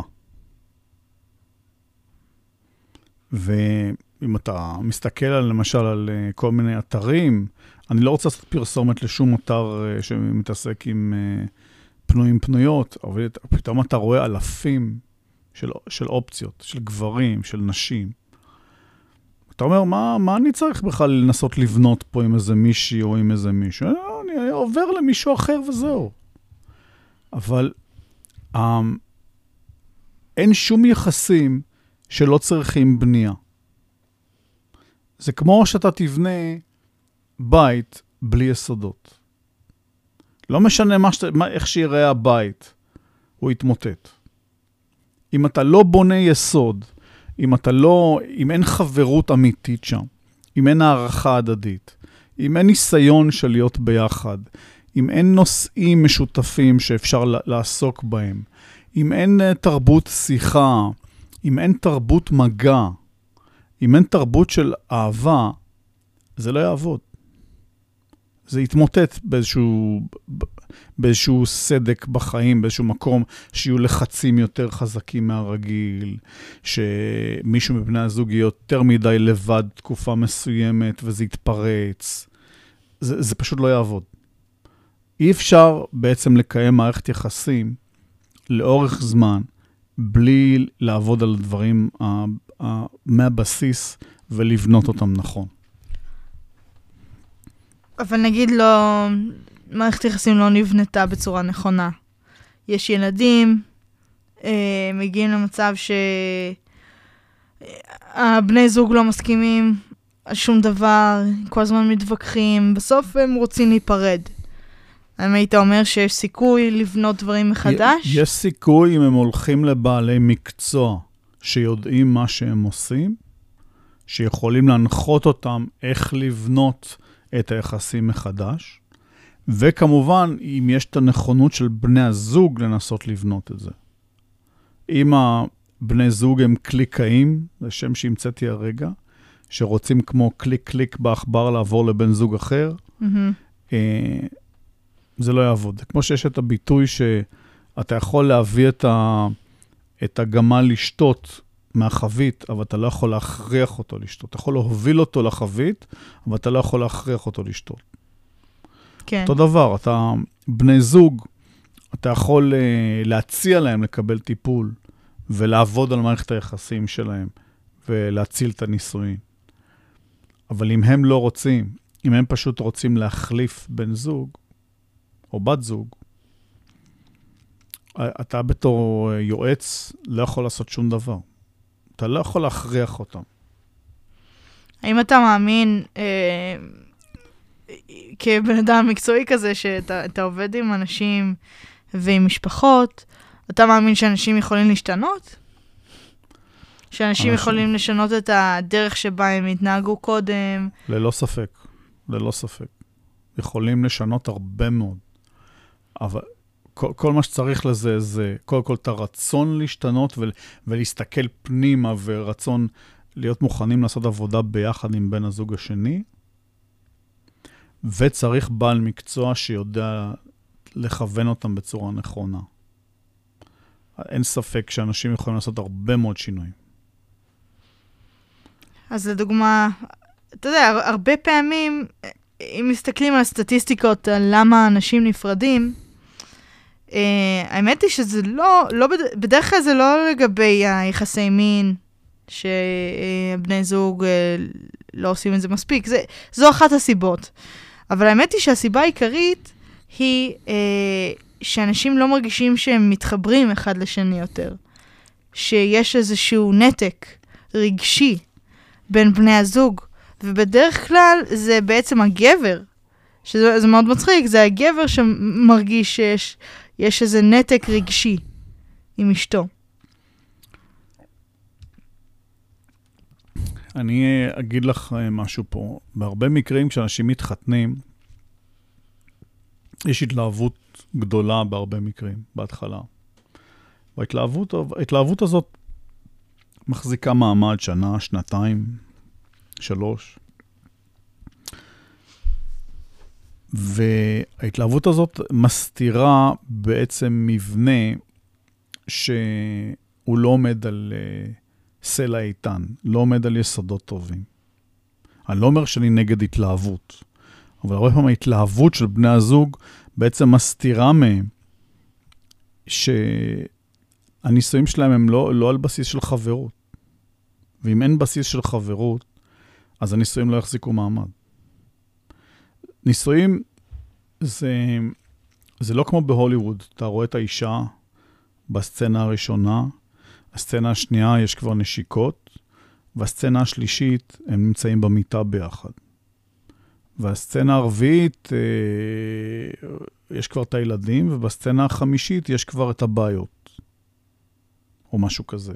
ואם אתה מסתכל למשל על כל מיני אתרים, אני לא רוצה לעשות פרסומת לשום אתר שמתעסק עם פנויות, אבל פתאום אתה רואה אלפים של אופציות, של גברים, של נשים. אתה אומר, מה אני צריך בכלל לנסות לבנות פה עם איזה מישהי או עם איזה מישהו? אני עובר למישהו אחר וזהו. אבל אין שום יחסים שלא צריכים בנייה. זה כמו שאתה תבנה בית בלי יסודות. לא משנה איך שיראה הבית, הוא יתמוטט. אם אתה לא בונה יסוד, אם אין חברות אמיתית שם, אם אין הערכה הדדית, אם אין ניסיון של להיות ביחד, אם אין נושאים משותפים שאפשר לעסוק בהם, אם אין תרבות שיחה, אם אין תרבות מגע, אם אין תרבות של אהבה, זה לא יעבוד. זה יתמוטט באיזשהו סדק בחיים, באיזשהו מקום שיהיו לחצים יותר חזקים מהרגיל, שמישהו מבני הזוג יהיה יותר מדי לבד תקופה מסוימת, וזה יתפרץ. זה פשוט לא יעבוד. אי אפשר בעצם לקיים מערכת יחסים לאורך זמן, בלי לעבוד על הדברים מהבסיס ולבנות אותם נכון. אבל נגיד מערכת יחסים לא נבנתה בצורה נכונה. יש ילדים, מגיעים למצב שהבני זוג לא מסכימים על שום דבר, כל הזמן מתווכחים, בסוף הם רוצים להיפרד. האם היית אומר שיש סיכוי לבנות דברים מחדש? יש סיכוי אם הם הולכים לבעלי מקצוע שיודעים מה שהם עושים, שיכולים להנחות אותם איך לבנות את היחסים מחדש, וכמובן אם יש את הנכונות של בני הזוג לנסות לבנות את זה. אם הבני זוג הם קליקאים, זה שם שהמצאתי הרגע, שרוצים כמו קליק קליק באחבר לעבור לבן זוג אחר, זה לא יעבוד. כמו שיש את הביטוי שאתה יכול להביא את הגמל לשתות מהחבית, אבל אתה לא יכול להכריח אותו לשתות. אתה יכול להוביל אותו לחבית, אבל אתה לא יכול להכריח אותו לשתות. כן. אותו דבר, אתה בני זוג, אתה יכול להציע להם לקבל טיפול, ולעבוד על מערכת היחסים שלהם, ולהציל את הנישואים. אבל אם הם לא רוצים, אם הם פשוט רוצים להחליף בן זוג, או בת זוג, אתה בתור יועץ לא יכול לעשות שום דבר. אתה לא יכול להכריח אותם. האם אתה מאמין, כבן אדם מקצועי כזה, שאתה עובד עם אנשים ועם משפחות, אתה מאמין שאנשים יכולים להשתנות? שאנשים יכולים לשנות את הדרך שבה הם התנהגו קודם? ללא ספק, ללא ספק. יכולים לשנות הרבה מאוד. אבל כל מה שצריך לזה, זה קודם כל את הרצון להשתנות ולהסתכל פנימה, ורצון להיות מוכנים לעשות עבודה ביחד עם בן הזוג השני, וצריך בעל מקצוע שיודע לכוון אותם בצורה נכונה. אין ספק שאנשים יכולים לעשות הרבה מאוד שינויים. אז לדוגמה, אתה יודע, הרבה פעמים, אם מסתכלים על הסטטיסטיקות, על למה אנשים נפרדים, האמת היא שזה בדרך כלל זה לא לגבי היחסי מין, שבני זוג לא עושים את זה מספיק. זו אחת הסיבות. אבל האמת היא שהסיבה העיקרית היא שאנשים לא מרגישים שהם מתחברים אחד לשני יותר. שיש איזשהו נתק רגשי בין בני הזוג. ובדרך כלל זה בעצם הגבר, שזה מאוד מצחיק, זה הגבר שמרגיש שיש איזה נתק רגשי עם אשתו. אני אגיד לך משהו פה. בהרבה מקרים כשאנשים מתחתנים, יש התלהבות גדולה בהרבה מקרים, בהתחלה. וההתלהבות הזאת מחזיקה מעמד שנה, שנתיים, 3. וההתלהבות הזאת מסתירה בעצם מבנה שהוא לא עומד על סלע איתן, לא עומד על יסודות טובים. אני לא אומר שאני נגד התלהבות, אבל הרבה פעמים ההתלהבות של בני הזוג בעצם מסתירה מהם שהנישואים שלהם הם לא על בסיס של חברות. ואם אין בסיס של חברות, אז הנישואים לא יחזיקו מעמד. נישואים זה לא כמו בהוליווד. אתה רואה את האישה בסצנה הראשונה, הסצנה השנייה יש כבר נשיקות, והסצנה השלישית הם נמצאים במיטה ביחד. והסצנה הרביעית יש כבר את הילדים, ובסצנה החמישית יש כבר את הבעיות. או משהו כזה.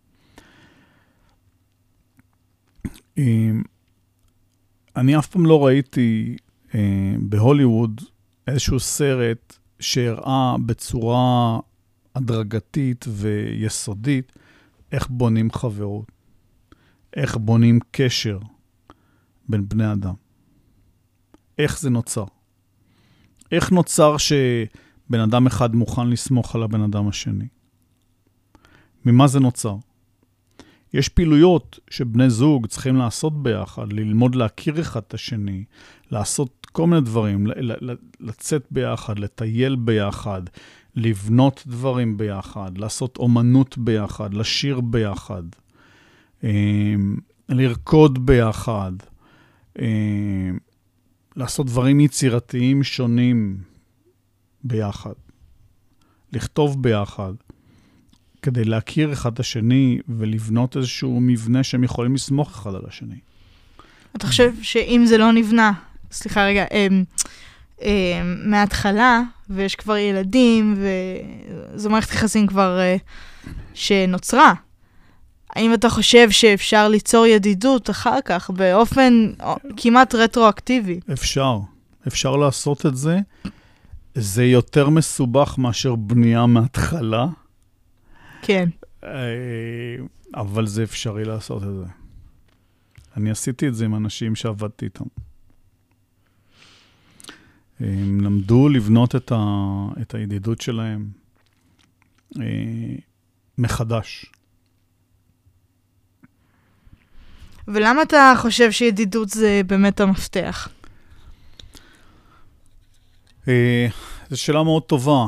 אני אף פעם לא ראיתי בהוליווד איזשהו סרט שהראה בצורה הדרגתית ויסודית איך בונים חברות, איך בונים קשר בין בני אדם. איך זה נוצר? איך נוצר שבן אדם אחד מוכן לסמוך על הבן אדם השני? ממה זה נוצר? יש פעילויות שבני זוג צריכים לעשות ביחד, ללמוד להכיר אחד את השני, לעשות כל מיני דברים, לצאת ביחד, לטייל ביחד, לבנות דברים ביחד, לעשות אומנות ביחד, לשיר ביחד, לרקוד ביחד, לעשות דברים יצירתיים שונים ביחד, לכתוב ביחד, כדי להכיר אחד את השני ולבנות איזשהו מבנה שהם יכולים לסמוך אחד על השני. אתה חושב שאם זה לא נבנה, סליחה רגע, מההתחלה, ויש כבר ילדים, וזו מערכת יחסים כבר שנוצרה. האם אתה חושב שאפשר ליצור ידידות אחר כך, באופן כמעט רטרואקטיבי? אפשר לעשות את זה. זה יותר מסובך מאשר בנייה מההתחלה. כן. אבל זה אפשרי לעשות את זה. אני עשיתי את זה עם אנשים שעבדתי איתם. הם למדו לבנות את הידידות שלהם מחדש. ולמה אתה חושב שידידות זה באמת המפתח? זו שאלה מאוד טובה.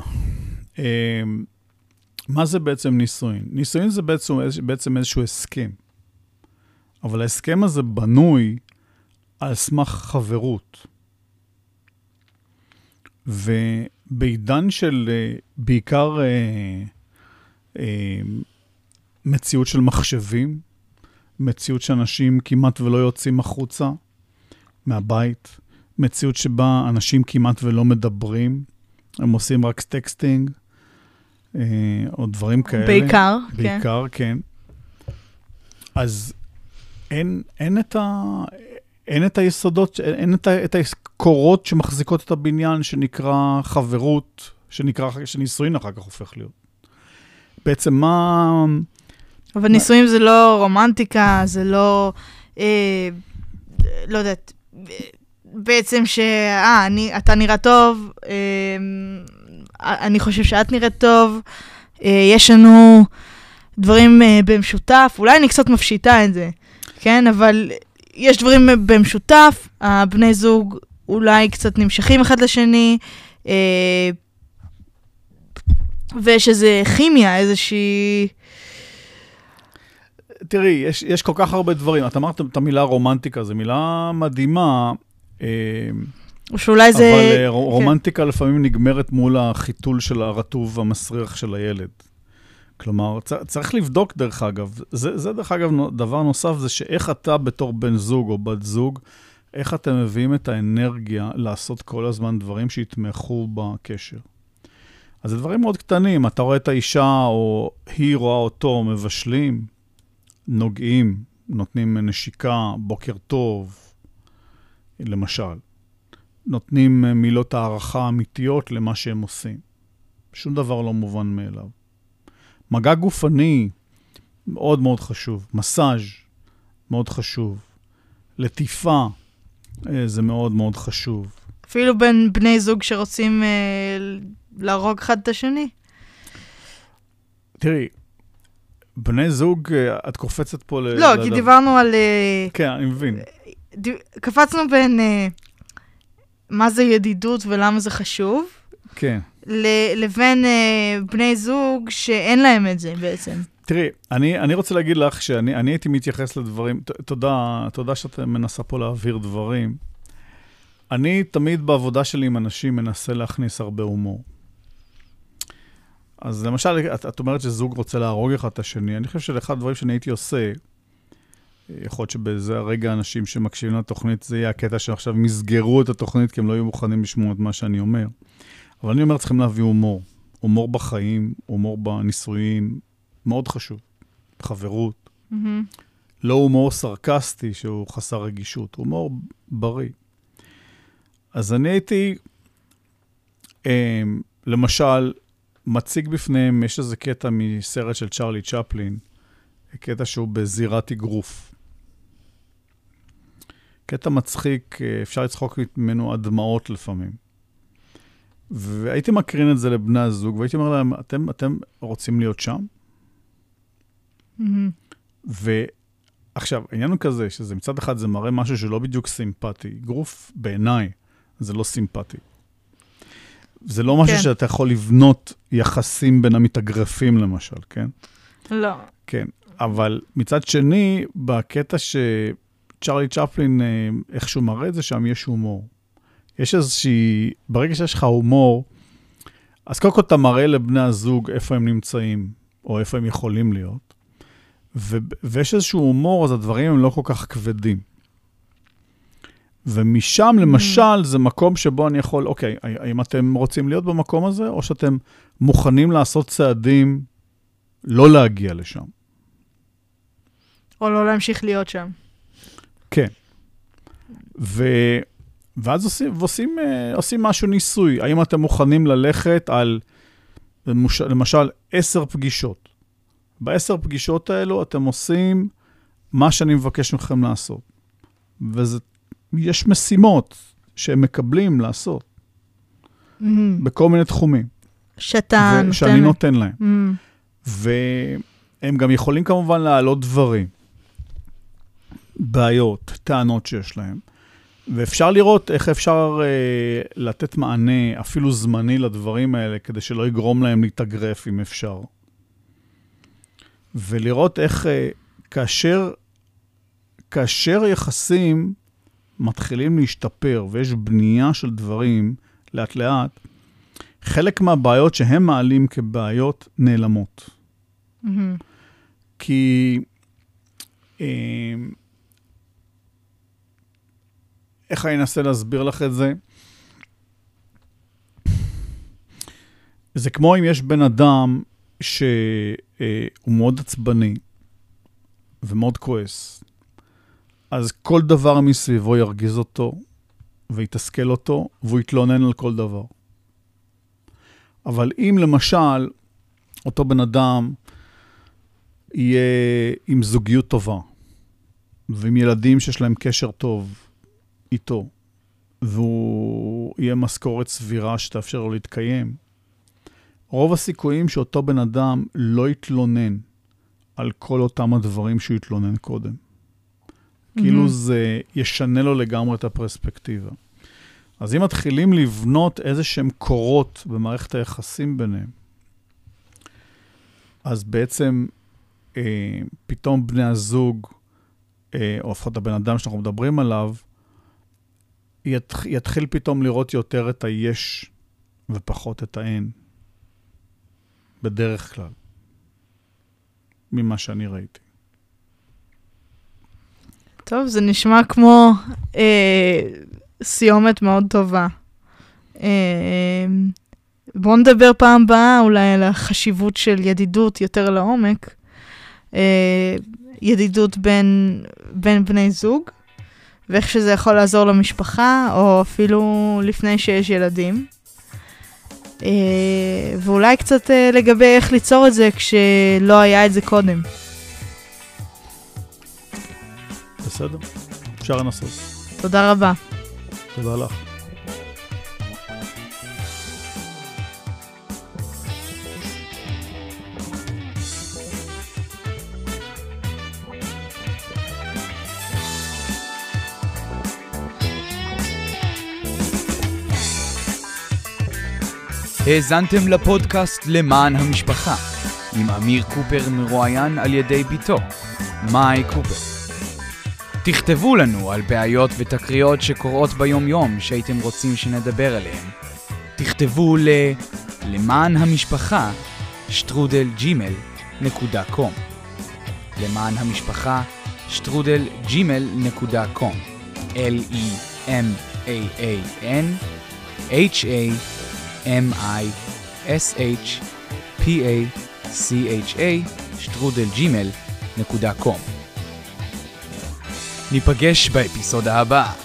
מה זה בעצם נישואין? נישואין זה בעצם איזשהו הסכם. אבל ההסכם הזה בנוי על סמך חברות. ובעידן של בעיקר מציאות של מחשבים, מציאות שאנשים כמעט ולא יוצאים החוצה מהבית, מציאות שבה אנשים כמעט ולא מדברים, הם עושים רק טקסטינג, או דברים כאלה. בעיקר, כן. אז אין את היסודות, אין את הקורות שמחזיקות את הבניין, שנקרא חברות, שנישואין אחר כך הופך להיות. בעצם מה... אבל נישואים זה לא רומנטיקה, זה לא, לא יודעת, בעצם אתה נראה טוב, אני חושב שאת נראית טוב, יש לנו דברים במשותף, אולי אני קצת מפשיטה את זה, כן? אבל יש דברים במשותף, הבני זוג אולי קצת נמשכים אחד לשני, ויש איזה כימיה, איזושהי... תראי, יש כל כך הרבה דברים. את אמרת את המילה רומנטיקה, זו מילה מדהימה. או שאולי זה... אבל רומנטיקה לפעמים נגמרת מול החיתול של הרטוב המסריח של הילד. כלומר, צריך לבדוק דרך אגב. זה דרך אגב דבר נוסף, זה שאיך אתה בתור בן זוג או בת זוג, איך אתם מביאים את האנרגיה לעשות כל הזמן דברים שיתמכו בקשר. אז זה דברים מאוד קטנים. אתה רואה את האישה או היא רואה אותו מבשלים, נוגעים, נותנים נשיקה, בוקר טוב, למשל. נותנים מילות הערכה אמיתיות למה שהם עושים. שום דבר לא מובן מאליו. מגע גופני, מאוד מאוד חשוב. מסאז', מאוד חשוב. לטיפה, זה מאוד מאוד חשוב. אפילו בין בני זוג שרוצים להרוג אחד את השני. תראי, בני זוג, את קופצת פה לא, כי דיברנו על... כן, אני מבין. קפצנו בין מה זה ידידות ולמה זה חשוב. כן. לבין בני זוג שאין להם את זה בעצם. תראי, אני רוצה להגיד לך שאני הייתי מתייחס לדברים, תודה שאת מנסה פה להעביר דברים. אני תמיד בעבודה שלי עם אנשים מנסה להכניס הרבה הומור. אז למשל, את אומרת שזוג רוצה להרוג אחד את השני. אני חושב שאחד הדברים שאני הייתי עושה, יכול להיות שבזה הרגע אנשים שמקשיבים לתוכנית, זה יהיה הקטע שעכשיו מסגרו את התוכנית, כי הם לא יהיו מוכנים לשמוע את מה שאני אומר. אבל אני אומר, צריכים להביא הומור. הומור בחיים, הומור בנישואים, מאוד חשוב. חברות. לא הומור סרקסטי שהוא חסר רגישות, הומור בריא. אז אני הייתי, למשל, מציג בפניהם, יש איזה קטע מסרט של צ'רלי צ'פלין, קטע שהוא בזירת אגרוף. קטע מצחיק, אפשר לצחוק ממנו עד דמעות לפעמים. והייתי מקרין את זה לבני הזוג, והייתי אומר להם, אתם רוצים להיות שם? ועכשיו, העניין הוא כזה, שזה מצד אחד זה מראה משהו שלא בדיוק סימפטי. אגרוף בעיניי זה לא סימפטי. זה לא משהו שאתה יכול לבנות יחסים בין המתאגרפים למשל, כן? לא. כן, אבל מצד שני, בקטע שצ'רלי צ'פלין איכשהו מראה את זה, שם יש הומור. יש איזושהי, ברגע שיש לך הומור, אז קודם כל אתה מראה לבני הזוג איפה הם נמצאים, או איפה הם יכולים להיות, ויש איזשהו הומור, אז הדברים הם לא כל כך כבדים. ומשם, למשל, זה מקום שבו אני יכול, אוקיי, האם אתם רוצים להיות במקום הזה, או שאתם מוכנים לעשות צעדים לא להגיע לשם? או לא להמשיך להיות שם. כן. ואז עושים משהו ניסוי. האם אתם מוכנים ללכת על, למשל, 10 פגישות. ב10 פגישות האלו אתם עושים מה שאני מבקש מכם לעשות. יש משימות שהם מקבלים לעשות. בכל מיני תחומים. שאני נותן להם. והם גם יכולים כמובן להעלות דברים. בעיות, טענות שיש להם. ואפשר לראות איך אפשר לתת מענה, אפילו זמני לדברים האלה, כדי שלא יגרום להם להתאגרף אם אפשר. ולראות איך כאשר יחסים מתחילים להשתפר, ויש בנייה של דברים לאט לאט, חלק מהבעיות שהם מעלים כבעיות נעלמות. כי איך אני אנסה להסביר לך את זה? זה כמו אם יש בן אדם שהוא מאוד עצבני ומאוד כועס. אז כל דבר מסביבו ירגיז אותו ויתסכל אותו והוא יתלונן על כל דבר. אבל אם למשל אותו בן אדם יהיה עם זוגיות טובה ועם ילדים שיש להם קשר טוב איתו, והוא יהיה משכורת סבירה שתאפשר לו להתקיים, רוב הסיכויים שאותו בן אדם לא יתלונן על כל אותם הדברים שהוא יתלונן קודם. כאילו זה ישנה לו לגמרי את הפרספקטיבה. אז אם מתחילים לבנות איזה שהם קורות במערכת היחסים ביניהם, אז בעצם פתאום בני הזוג, או לפחות הבן אדם שאנחנו מדברים עליו, יתחיל פתאום לראות יותר את היש ופחות את האין. בדרך כלל. ממה שאני ראיתי. טוב, זה נשמע כמו סיומת מאוד טובה. בואו נדבר פעם הבאה אולי על החשיבות של ידידות יותר לעומק. ידידות בין בני זוג, ואיך שזה יכול לעזור למשפחה, או אפילו לפני שיש ילדים. ואולי קצת לגבי איך ליצור את זה כשלא היה את זה קודם. בסדר, אפשר לנסות. תודה רבה. תודה לך. האזנתם לפודקאסט למען המשפחה, עם אמיר קופר מרואיין על ידי ביתו, מאי קופר. תכתבו לנו על בעיות ותקריות שקורות ביום יום שהייתם רוצים שנדבר עליהן. תכתבו למען המשפחה @gmail.com למען המשפחה @gmail.com LEMANHAMISHPACHA @gmail.com. ניפגש באפיסודה הבאה.